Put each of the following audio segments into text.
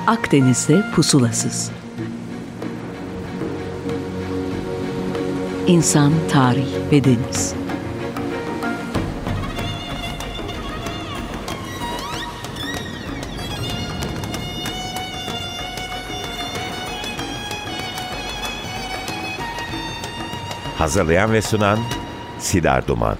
Akdeniz'de pusulasız. İnsan, tarih ve deniz. Hazırlayan ve sunan Sidar Duman.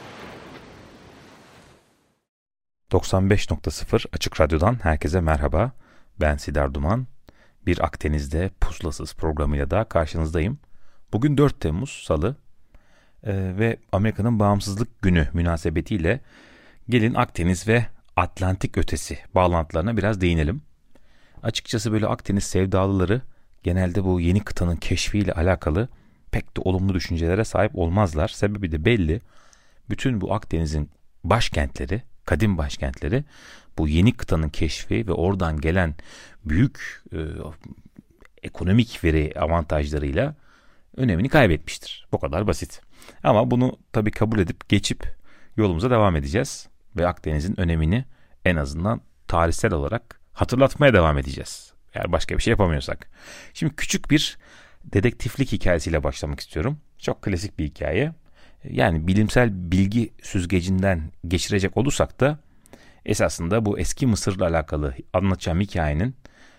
95.0 Açık Radyo'dan herkese merhaba. Ben Sidar Duman. Bir Akdeniz'de pusulasız programıyla daha karşınızdayım. Bugün 4 Temmuz Salı ve Amerika'nın Bağımsızlık Günü münasebetiyle gelin Akdeniz ve Atlantik ötesi bağlantılarına biraz değinelim. Açıkçası böyle Akdeniz sevdalıları genelde bu yeni kıtanın keşfiyle alakalı pek de olumlu düşüncelere sahip olmazlar. Sebebi de belli. Bütün bu Akdeniz'in başkentleri, kadim başkentleri bu yeni kıtanın keşfi ve oradan gelen büyük ekonomik veri avantajlarıyla önemini kaybetmiştir. Bu kadar basit. Ama bunu tabii kabul edip geçip yolumuza devam edeceğiz. Ve Akdeniz'in önemini en azından tarihsel olarak hatırlatmaya devam edeceğiz. Eğer başka bir şey yapamıyorsak. Şimdi küçük bir dedektiflik hikayesiyle başlamak istiyorum. Çok klasik bir hikaye. Yani bilimsel bilgi süzgecinden geçirecek olursak da esasında bu eski Mısır'la alakalı anlatacağım hikayenin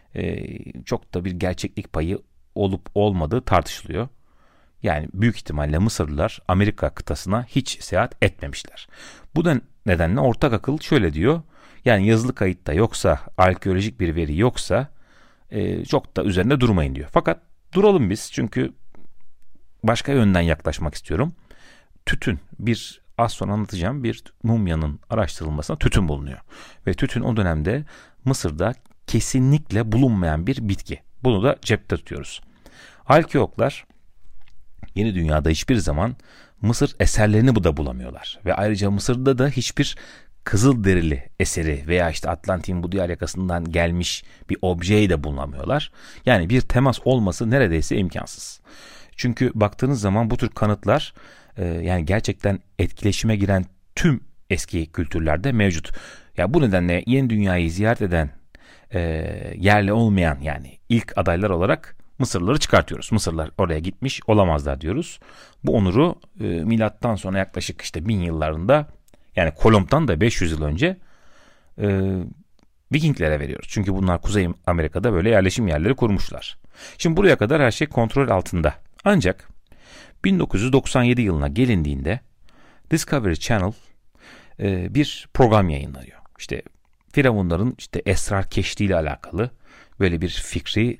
çok da bir gerçeklik payı olup olmadığı tartışılıyor. Yani büyük ihtimalle Mısırlılar Amerika kıtasına hiç seyahat etmemişler. Bu da nedenle ortak akıl şöyle diyor. Yani yazılı kayıtta yoksa, arkeolojik bir veri yoksa çok da üzerinde durmayın diyor. Fakat duralım biz, çünkü başka yönden yaklaşmak istiyorum. Tütün, az sonra anlatacağım bir mumyanın araştırılmasına tütün bulunuyor. Ve tütün o dönemde Mısır'da kesinlikle bulunmayan bir bitki. Bunu da cepte tutuyoruz. Arkeologlar Yeni Dünya'da hiçbir zaman Mısır eserlerini bu da bulamıyorlar. Ve ayrıca Mısır'da da hiçbir Kızılderili eseri veya işte Atlantik'in bu diğer yakasından gelmiş bir objeyi de bulamıyorlar. Yani bir temas olması neredeyse imkansız. Çünkü baktığınız zaman bu tür kanıtlar yani gerçekten etkileşime giren tüm eski kültürlerde mevcut. Ya bu nedenle Yeni Dünya'yı ziyaret eden yerli olmayan, yani ilk adaylar olarak Mısırlıları çıkartıyoruz. Mısırlılar oraya gitmiş olamazlar diyoruz. Bu onuru milattan sonra yaklaşık işte 1000 yıllarında, yani Kolomb'dan da 500 yıl önce Vikinglere veriyoruz. Çünkü bunlar Kuzey Amerika'da böyle yerleşim yerleri kurmuşlar. Şimdi buraya kadar her şey kontrol altında. Ancak 1997 yılına gelindiğinde Discovery Channel bir program yayınlanıyor. İşte Firavunların işte esrar keşfiyle alakalı böyle bir fikri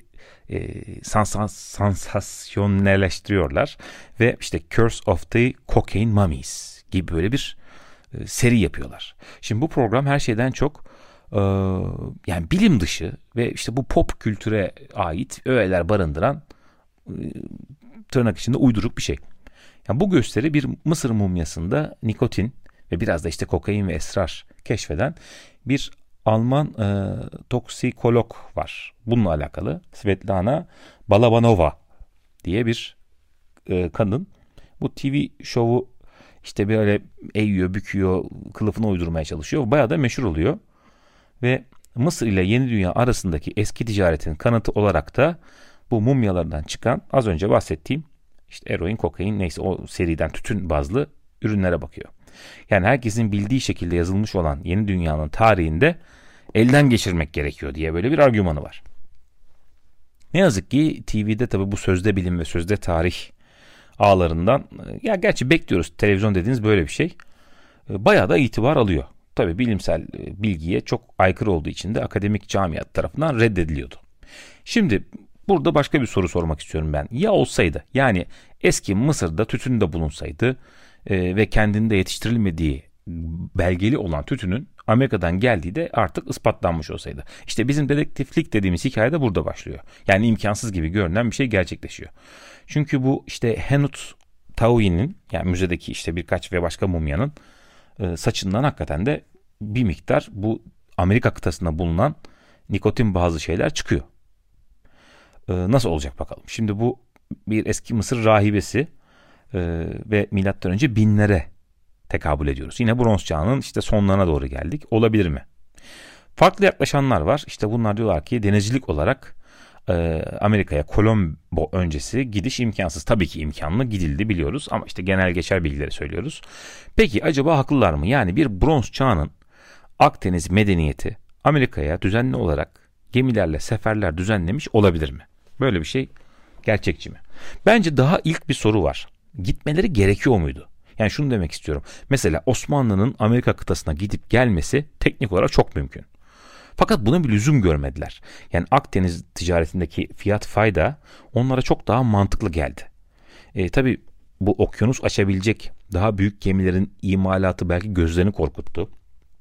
sansasyonelleştiriyorlar ve işte Curse of the Cocaine Mummies gibi böyle bir seri yapıyorlar. Şimdi bu program her şeyden çok yani bilim dışı ve işte bu pop kültüre ait öğeler barındıran tırnak içinde uyduruk bir şey. Yani bu gösteri bir Mısır mumyasında nikotin ve biraz da işte kokain ve esrar keşfeden bir Alman toksikolog var. Bununla alakalı Svetlana Balabanova diye bir kadın. Bu TV şovu işte böyle eğiyor, büküyor, kılıfını uydurmaya çalışıyor. Bayağı da meşhur oluyor. Ve Mısır ile Yeni Dünya arasındaki eski ticaretin kanıtı olarak da bu mumyalardan çıkan az önce bahsettiğim işte eroin, kokain, neyse o seriden tütün bazlı ürünlere bakıyor. Yani herkesin bildiği şekilde yazılmış olan Yeni Dünya'nın tarihinde elden geçirmek gerekiyor diye böyle bir argümanı var. Ne yazık ki TV'de tabii bu sözde bilim ve sözde tarih ağlarından, ya gerçi bekliyoruz, televizyon dediğiniz böyle bir şey, bayağı da itibar alıyor. Tabii bilimsel bilgiye çok aykırı olduğu için de akademik camiat tarafından reddediliyordu. Şimdi burada başka bir soru sormak istiyorum ben. Ya olsaydı, yani eski Mısır'da tütün de bulunsaydı ve kendinde yetiştirilmediği belgeli olan tütünün Amerika'dan geldiği de artık ispatlanmış olsaydı. İşte bizim dedektiflik dediğimiz hikaye de burada başlıyor. Yani imkansız gibi görünen bir şey gerçekleşiyor. Çünkü bu işte Henut Taui'nin, yani müzedeki işte birkaç ve başka mumyanın saçından hakikaten de bir miktar bu Amerika kıtasında bulunan nikotin bazı şeyler çıkıyor. Nasıl olacak bakalım. Şimdi bu bir eski Mısır rahibesi ve milattan önce binlere tekabül ediyoruz. Yine bronz çağının işte sonlarına doğru geldik. Olabilir mi? Farklı yaklaşanlar var. İşte bunlar diyorlar ki denizcilik olarak Amerika'ya Kolombo öncesi gidiş imkansız. Tabii ki imkanlı, gidildi biliyoruz ama işte genel geçer bilgileri söylüyoruz. Peki acaba haklılar mı? Yani bir bronz çağının Akdeniz medeniyeti Amerika'ya düzenli olarak gemilerle seferler düzenlemiş olabilir mi? Böyle bir şey gerçekçi mi? Bence daha ilk bir soru var. Gitmeleri gerekiyor muydu? Yani şunu demek istiyorum. Mesela Osmanlı'nın Amerika kıtasına gidip gelmesi teknik olarak çok mümkün. Fakat buna bir lüzum görmediler. Yani Akdeniz ticaretindeki fiyat fayda onlara çok daha mantıklı geldi. Tabii bu okyanus aşabilecek daha büyük gemilerin imalatı belki gözlerini korkuttu.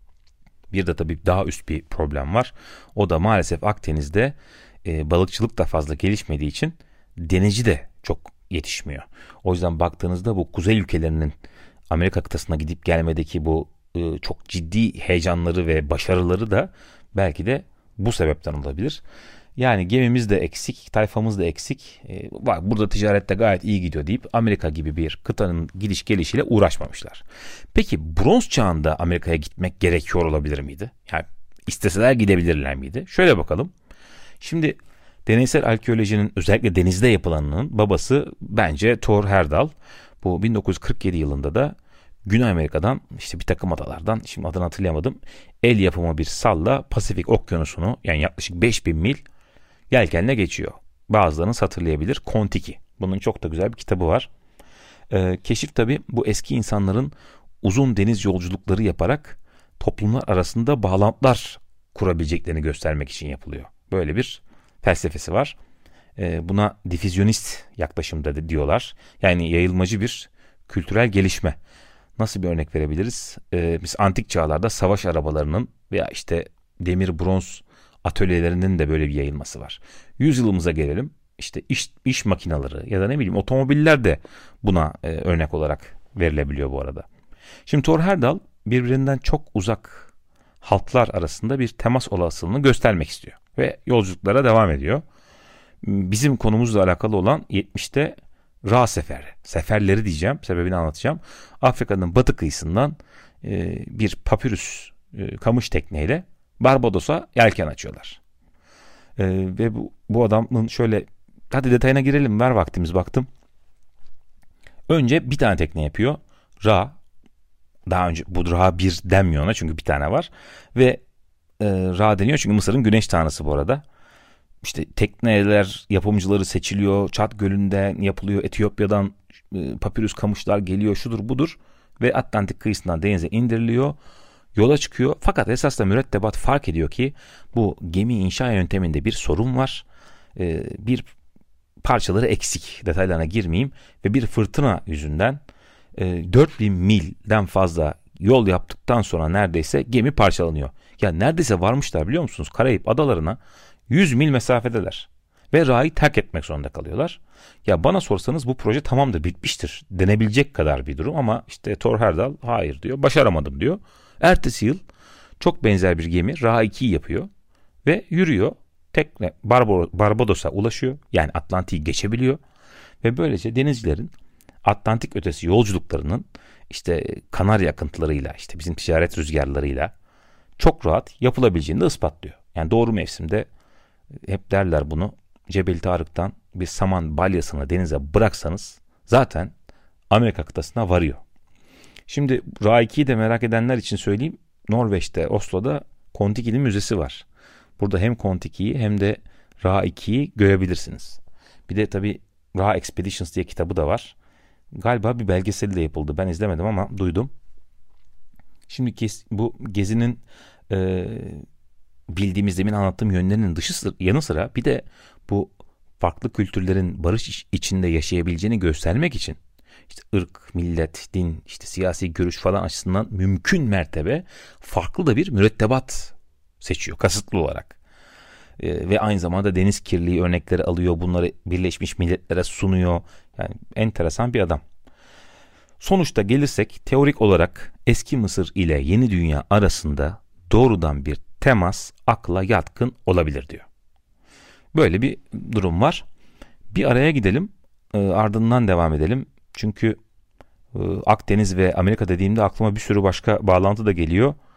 Bir de tabii daha üst bir problem var. O da maalesef Akdeniz'de balıkçılık da fazla gelişmediği için denizci de çok yetişmiyor. O yüzden baktığınızda bu kuzey ülkelerinin Amerika kıtasına gidip gelmedeki bu çok ciddi heyecanları ve başarıları da belki de bu sebepten olabilir. Yani gemimiz de eksik, tayfamız da eksik. Burada ticarette gayet iyi gidiyor deyip Amerika gibi bir kıtanın gidiş gelişiyle uğraşmamışlar. Peki bronz çağında Amerika'ya gitmek gerekiyor olabilir miydi? Yani isteseler gidebilirler miydi? Şöyle bakalım. Şimdi deneysel arkeolojinin özellikle denizde yapılanının babası bence Thor Heyerdahl. Bu 1947 yılında da Güney Amerika'dan işte bir takım adalardan, şimdi adını hatırlayamadım, el yapımı bir salla Pasifik Okyanusu'nu, yani yaklaşık 5000 mil yelkenle geçiyor. Bazılarınız hatırlayabilir, Kon-Tiki. Bunun çok da güzel bir kitabı var. Keşif tabii bu eski insanların uzun deniz yolculukları yaparak toplumlar arasında bağlantılar kurabileceklerini göstermek için yapılıyor. Böyle bir felsefesi var. Buna difüzyonist yaklaşım da diyorlar. Yani yayılmacı bir kültürel gelişme. Nasıl bir örnek verebiliriz? Biz antik çağlarda savaş arabalarının veya işte demir bronz atölyelerinin de böyle bir yayılması var. Yüzyılımıza gelelim. İşte iş makineleri ya da ne bileyim otomobiller de buna örnek olarak verilebiliyor bu arada. Şimdi Thor Heyerdahl birbirinden çok uzak halklar arasında bir temas olasılığını göstermek istiyor. Ve yolculuklara devam ediyor. Bizim konumuzla alakalı olan 70'te Ra seferleri diyeceğim, sebebini anlatacağım. Afrika'nın batı kıyısından bir papyrus kamış tekneyle Barbados'a yelken açıyorlar. Ve bu adamın şöyle, hadi detayına girelim, ver vaktimiz, baktım. Önce bir tane tekne yapıyor. Daha önce bu Ra 1 denmiyor ona çünkü bir tane var. Ve Ra deniyor çünkü Mısır'ın güneş tanrısı bu arada. İşte tekneler yapımcıları seçiliyor. Çat Gölü'nden yapılıyor. Etiyopya'dan papyrus kamışlar geliyor. Şudur budur. Ve Atlantik kıyısından denize indiriliyor. Yola çıkıyor. Fakat esasında mürettebat fark ediyor ki bu gemi inşa yönteminde bir sorun var. Bir parçaları eksik. Detaylarına girmeyeyim. Ve bir fırtına yüzünden 4000 milden fazla yol yaptıktan sonra neredeyse gemi parçalanıyor. Ya neredeyse varmışlar biliyor musunuz? Karayip adalarına 100 mil mesafedeler. Ve Ra'yı terk etmek zorunda kalıyorlar. Ya bana sorsanız bu proje tamamdır, bitmiştir denebilecek kadar bir durum ama işte Thor Heyerdahl hayır diyor, başaramadım diyor. Ertesi yıl çok benzer bir gemi Ra2'yi yapıyor ve yürüyor. Tekne Barbados'a ulaşıyor. Yani Atlantik'i geçebiliyor. Ve böylece denizcilerin Atlantik ötesi yolculuklarının işte Kanarya akıntılarıyla, işte bizim ticaret rüzgarlarıyla çok rahat yapılabileceğini de ispatlıyor. Yani doğru mevsimde, hep derler bunu, Cebel Tarık'tan bir saman balyasını denize bıraksanız zaten Amerika kıtasına varıyor. Şimdi Ra2'yi de merak edenler için söyleyeyim. Norveç'te, Oslo'da Kon-Tiki'nin müzesi var. Burada hem Kon-Tiki'yi hem de Ra2'yi görebilirsiniz. Bir de tabii Ra Expeditions diye kitabı da var. Galiba bir belgeseli de yapıldı. Ben izlemedim ama duydum. Şimdi bu gezinin bildiğimiz, demin anlattığım yönlerinin yanı sıra bir de bu farklı kültürlerin barış içinde yaşayabileceğini göstermek için işte ırk, millet, din, işte siyasi görüş falan açısından mümkün mertebe farklı da bir mürettebat seçiyor kasıtlı olarak. Ve aynı zamanda deniz kirliliği örnekleri alıyor, bunları Birleşmiş Milletler'e sunuyor. Yani enteresan bir adam. Sonuçta gelirsek, teorik olarak eski Mısır ile yeni dünya arasında doğrudan bir temas akla yatkın olabilir diyor. Böyle bir durum var. Bir araya gidelim, ardından devam edelim. Çünkü Akdeniz ve Amerika dediğimde aklıma bir sürü başka bağlantı da geliyor.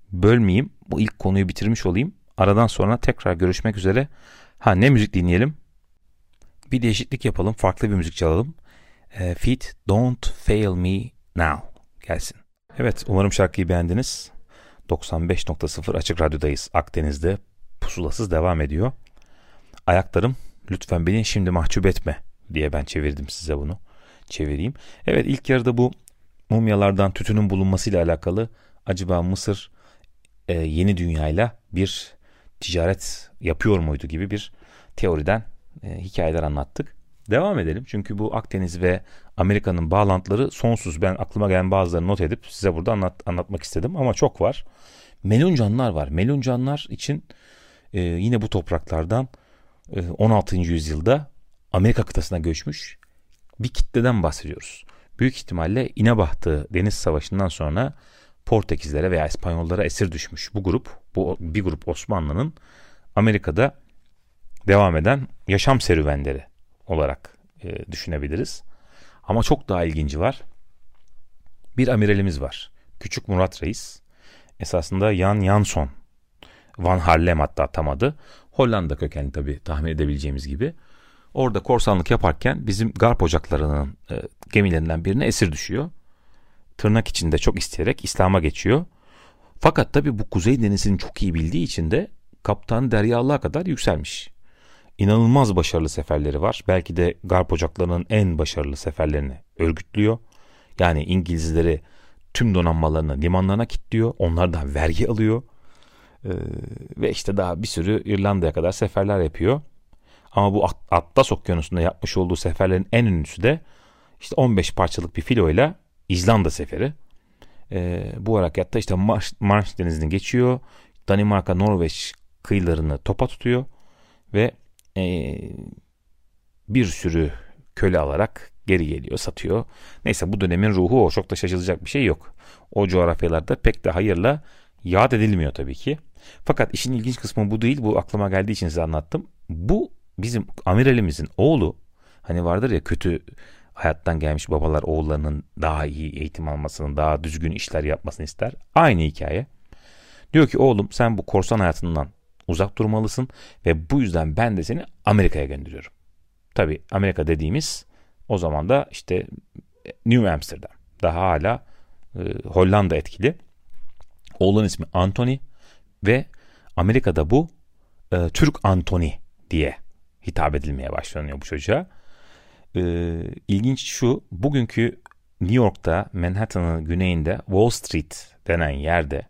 bölmeyeyim. Bu ilk konuyu bitirmiş olayım. Aradan sonra tekrar görüşmek üzere. Ne müzik dinleyelim? Bir değişiklik yapalım. Farklı bir müzik çalalım. Feat Don't Fail Me Now gelsin. Evet, umarım şarkıyı beğendiniz. 95.0 Açık Radyo'dayız. Akdeniz'de pusulasız devam ediyor. Ayaklarım lütfen beni şimdi mahcup etme diye ben çevirdim size bunu. Çevireyim. Evet, ilk yarıda bu mumyalardan tütünün bulunmasıyla alakalı acaba Mısır yeni dünyayla bir ticaret yapıyor muydu gibi bir teoriden hikayeler anlattık. Devam edelim çünkü bu Akdeniz ve Amerika'nın bağlantıları sonsuz. Ben aklıma gelen bazılarını not edip size burada anlatmak istedim ama çok var. Meluncanlar var. Meluncanlar için yine bu topraklardan 16. yüzyılda Amerika kıtasına göçmüş bir kitleden bahsediyoruz. Büyük ihtimalle İnebahtı Deniz Savaşı'ndan sonra Portekizlere veya İspanyollara esir düşmüş bir grup Osmanlı'nın Amerika'da devam eden yaşam serüvenleri olarak düşünebiliriz. Ama çok daha ilginci var. Bir amiralimiz var. Küçük Murat Reis. Esasında Jan Janson Van Harlem hatta tam adı. Hollanda kökenli tabii tahmin edebileceğimiz gibi. Orada korsanlık yaparken bizim garp ocaklarının gemilerinden birine esir düşüyor. Tırnak içinde çok isteyerek İslam'a geçiyor. Fakat tabii bu Kuzey Denizi'ni çok iyi bildiği için de kaptan Deryallığa kadar yükselmiş. İnanılmaz başarılı seferleri var. Belki de garp ocaklarının en başarılı seferlerini örgütlüyor. Yani İngilizleri tüm donanmalarını limanlarına kilitliyor. Onlardan vergi alıyor. Ve işte daha bir sürü İrlanda'ya kadar seferler yapıyor. Ama bu Atlas Okyanusu'nda yapmış olduğu seferlerin en ünlüsü de işte 15 parçalık bir filoyla İzlanda seferi. Bu harekatta işte Manş Denizi'ni geçiyor. Danimarka, Norveç kıyılarını topa tutuyor. Ve bir sürü köle alarak geri geliyor, satıyor. Neyse, bu dönemin ruhu o. Çok da şaşılacak bir şey yok. O coğrafyalarda pek de hayırla yad edilmiyor tabii ki. Fakat işin ilginç kısmı bu değil. Bu aklıma geldiği için size anlattım. Bu bizim amiralimizin oğlu. Hani vardır ya, kötü hayattan gelmiş babalar oğullarının daha iyi eğitim almasını, daha düzgün işler yapmasını ister. Aynı hikaye. Diyor ki oğlum, sen bu korsan hayatından uzak durmalısın ve bu yüzden ben de seni Amerika'ya gönderiyorum. Tabii Amerika dediğimiz o zaman da işte New Amsterdam. Daha hala Hollanda etkili. Oğlun ismi Anthony ve Amerika'da bu Türk Anthony diye hitap edilmeye başlanıyor bu çocuğa. İlginç şu, bugünkü New York'ta Manhattan'ın güneyinde Wall Street denen yerde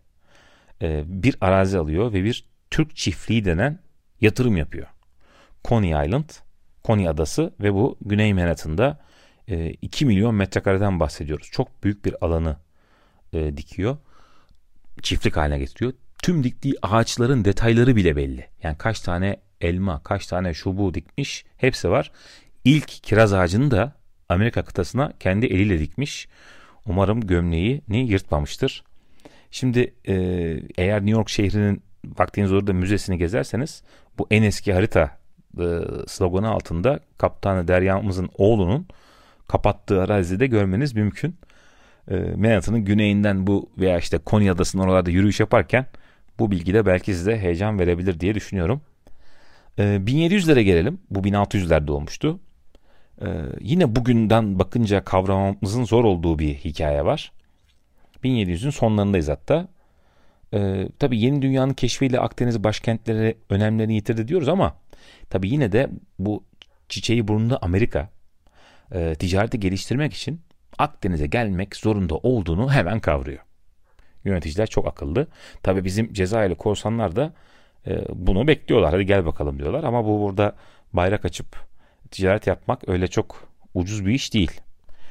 bir arazi alıyor ve bir Türk çiftliği denen yatırım yapıyor. Coney Island, Coney Adası ve bu Güney Manhattan'da 2 milyon metrekareden bahsediyoruz. Çok büyük bir alanı dikiyor. Çiftlik haline getiriyor. Tüm diktiği ağaçların detayları bile belli. Yani kaç tane elma, kaç tane şubu dikmiş, hepsi var. İlk kiraz ağacını da Amerika kıtasına kendi eliyle dikmiş. Umarım gömleğini yırtmamıştır. Şimdi eğer New York şehrinin vaktiniz olur da müzesini gezerseniz bu en eski harita sloganı altında Kaptan Derya'mızın oğlunun kapattığı arazide görmeniz mümkün. Manhattan'ın güneyinden bu veya işte Konya Adası'nın oralarda yürüyüş yaparken bu bilgi de belki size heyecan verebilir diye düşünüyorum. 1700'lere gelelim. Bu 1600'lerde olmuştu. Yine bugünden bakınca kavramamızın zor olduğu bir hikaye var. 1700'ün sonlarındayız hatta. Tabii yeni dünyanın keşfiyle Akdeniz başkentleri önemlerini yitirdi diyoruz ama tabii yine de bu çiçeği burnunda Amerika ticareti geliştirmek için Akdeniz'e gelmek zorunda olduğunu hemen kavruyor. Yöneticiler çok akıllı. Tabii bizim Cezayirli korsanlar da bunu bekliyorlar. Hadi gel bakalım diyorlar ama bu burada bayrak açıp ticaret yapmak öyle çok ucuz bir iş değil.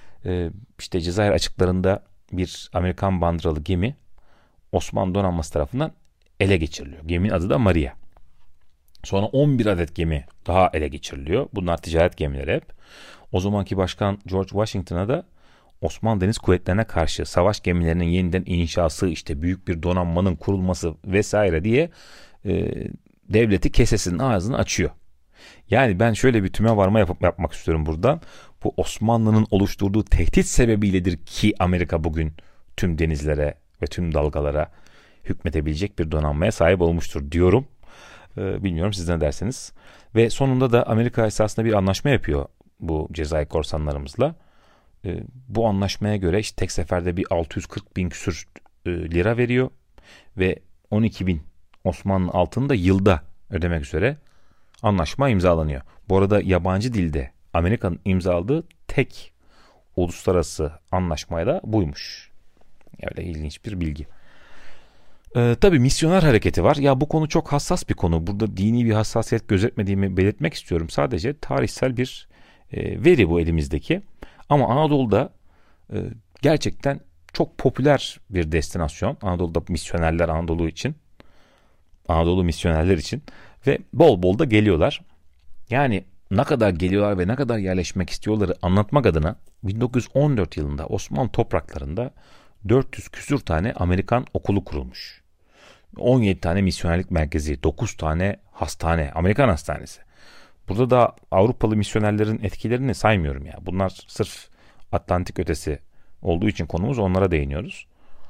İşte Cezayir açıklarında bir Amerikan bandıralı gemi Osmanlı donanması tarafından ele geçiriliyor. Geminin adı da Maria. Sonra 11 adet gemi daha ele geçiriliyor. Bunlar ticaret gemileri hep. O zamanki başkan George Washington'a da Osmanlı Deniz Kuvvetleri'ne karşı savaş gemilerinin yeniden inşası, işte büyük bir donanmanın kurulması vesaire diye devleti kesesinin ağzını açıyor. Yani ben şöyle bir tüme varma yapmak istiyorum buradan. Bu Osmanlı'nın oluşturduğu tehdit sebebiyledir ki Amerika bugün tüm denizlere ve tüm dalgalara hükmedebilecek bir donanmaya sahip olmuştur diyorum. Bilmiyorum siz ne dersiniz. Ve sonunda da Amerika esasında bir anlaşma yapıyor bu Cezayir korsanlarımızla. Bu anlaşmaya göre işte tek seferde bir 640 bin küsür lira veriyor ve 12 bin Osmanlı altını da yılda ödemek üzere anlaşma imzalanıyor. Bu arada yabancı dilde Amerika'nın imzaladığı tek uluslararası anlaşmayla buymuş. Öyle ilginç bir bilgi. Tabii misyoner hareketi var. Ya bu konu çok hassas bir konu. Burada dini bir hassasiyet gözetmediğimi belirtmek istiyorum. Sadece tarihsel bir veri bu elimizdeki. Ama Anadolu'da gerçekten çok popüler bir destinasyon. Anadolu'da misyonerler Anadolu misyonerler için ve bol bol da geliyorlar. Yani ne kadar geliyorlar ve ne kadar yerleşmek istiyorları anlatmak adına 1914 yılında Osmanlı topraklarında 400 küsür tane Amerikan okulu kurulmuş. 17 tane misyonerlik merkezi, 9 tane hastane, Amerikan hastanesi. Burada da Avrupalı misyonerlerin etkilerini saymıyorum ya. Bunlar sırf Atlantik ötesi olduğu için konumuz, onlara değiniyoruz.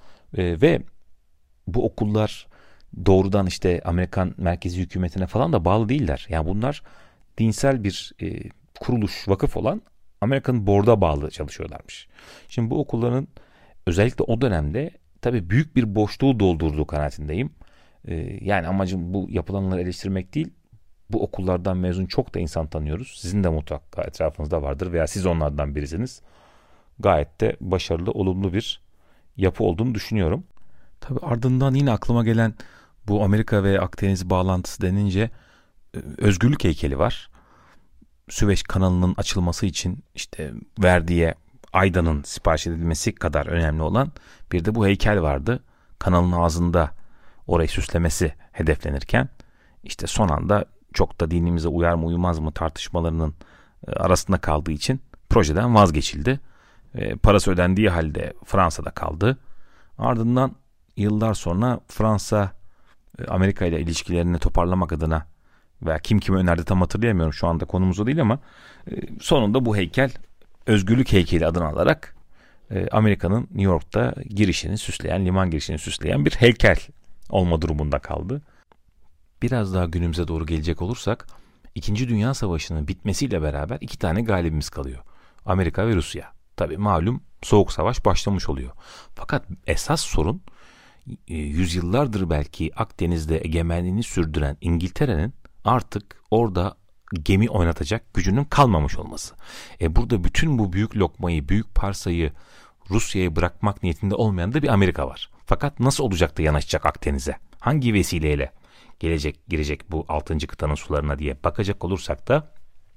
Ve bu okullar doğrudan işte Amerikan merkezi hükümetine falan da bağlı değiller. Yani bunlar dinsel bir kuruluş, vakıf olan Amerika'nın board'a bağlı çalışıyorlarmış. Şimdi bu okulların özellikle o dönemde tabii büyük bir boşluğu doldurduğu kanaatindeyim. Yani amacım bu yapılanları eleştirmek değil. Bu okullardan mezun çok da insan tanıyoruz. Sizin de mutlaka etrafınızda vardır veya siz onlardan birisiniz. Gayet de başarılı, olumlu bir yapı olduğunu düşünüyorum. Tabii ardından yine aklıma gelen bu Amerika ve Akdeniz bağlantısı denince özgürlük heykeli var. Süveyş kanalının açılması için işte verdiği aydanın sipariş edilmesi kadar önemli olan bir de bu heykel vardı. Kanalın ağzında orayı süslemesi hedeflenirken işte son anda çok da dinimize uyar mı uymaz mı tartışmalarının arasında kaldığı için projeden vazgeçildi. Parası ödendiği halde Fransa'da kaldı. Ardından yıllar sonra Fransa Amerika ile ilişkilerini toparlamak adına veya kim kime önerdi tam hatırlayamıyorum, şu anda konumuz o değil, ama sonunda bu heykel özgürlük heykeli adını alarak Amerika'nın New York'ta girişini süsleyen, liman girişini süsleyen bir heykel olma durumunda kaldı. Biraz daha günümüze doğru gelecek olursak, İkinci Dünya Savaşı'nın bitmesiyle beraber iki tane galibimiz kalıyor. Amerika ve Rusya. Tabii malum Soğuk Savaş başlamış oluyor. Fakat esas sorun yüzyıllardır belki Akdeniz'de egemenliğini sürdüren İngiltere'nin artık orada gemi oynatacak gücünün kalmamış olması. Burada bütün bu büyük lokmayı, büyük parsayı Rusya'ya bırakmak niyetinde olmayan da bir Amerika var. Fakat nasıl olacak da yanaşacak Akdeniz'e? Hangi vesileyle girecek bu 6. kıtanın sularına diye bakacak olursak da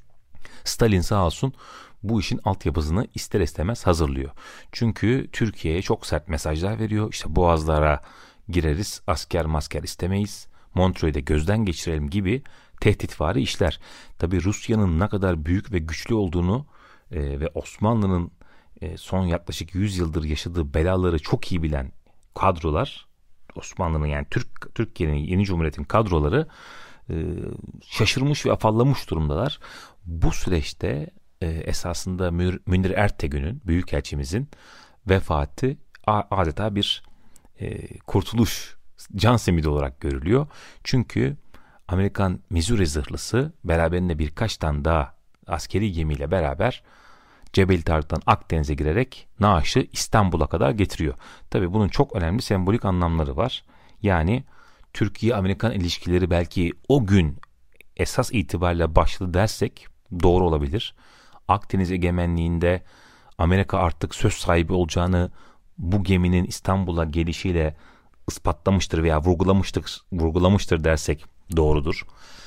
Stalin sağ olsun bu işin altyapısını ister istemez hazırlıyor. Çünkü Türkiye'ye çok sert mesajlar veriyor. İşte boğazlara gireriz, asker masker istemeyiz, Montreux'u de gözden geçirelim gibi tehditvari işler. Tabii Rusya'nın ne kadar büyük ve güçlü olduğunu ve Osmanlı'nın son yaklaşık 100 yıldır yaşadığı belaları çok iyi bilen kadrolar, Osmanlı'nın yani Türkiye'nin yeni cumhuriyetin kadroları şaşırmış ve afallamış durumdalar. Bu süreçte esasında Münir Ertegün'ün, büyükelçimizin vefatı adeta bir kurtuluş can simidi olarak görülüyor. Çünkü Amerikan Missouri zırhlısı beraberinde birkaç tane daha askeri gemiyle beraber Cebeli Tarık'tan Akdeniz'e girerek naaşı İstanbul'a kadar getiriyor. Tabii bunun çok önemli sembolik anlamları var. Yani Türkiye-Amerikan ilişkileri belki o gün esas itibariyle başladı dersek doğru olabilir. Akdeniz egemenliğinde Amerika artık söz sahibi bu geminin İstanbul'a gelişiyle ispatlamıştır veya vurgulamıştır dersek doğrudur.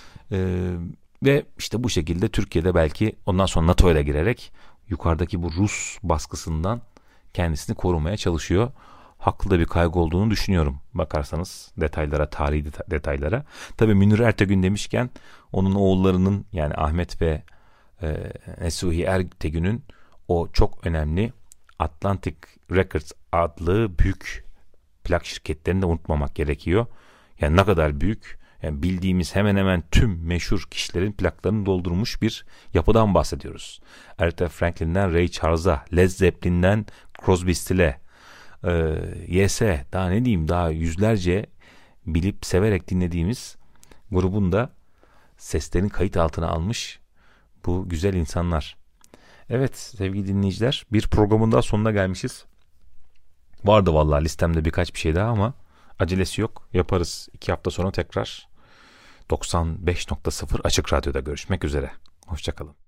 Ve işte bu şekilde Türkiye'de belki ondan sonra NATO'ya girerek yukarıdaki bu Rus baskısından kendisini korumaya çalışıyor. Haklı da bir kaygı olduğunu düşünüyorum. Bakarsanız detaylara, tarihi detaylara. Tabii Münir Ertegün demişken onun oğullarının yani Ahmet ve Nesuhi Ertegün'ün o çok önemli Atlantic Records adlı büyük plak şirketlerini de unutmamak gerekiyor. Yani ne kadar büyük, yani bildiğimiz hemen hemen tüm meşhur kişilerin plaklarını doldurmuş bir yapıdan bahsediyoruz. Aretha Franklin'den Ray Charles'a, Led Zeppelin'den Crosby, Still'e, YS, daha ne diyeyim, daha yüzlerce bilip severek dinlediğimiz grubun da seslerini kayıt altına almış bu güzel insanlar. Evet sevgili dinleyiciler, bir programın daha sonuna gelmişiz. Vardı vallahi listemde birkaç bir şey daha ama acelesi yok. Yaparız. 2 hafta sonra tekrar 95.0 Açık Radyo'da görüşmek üzere. Hoşçakalın.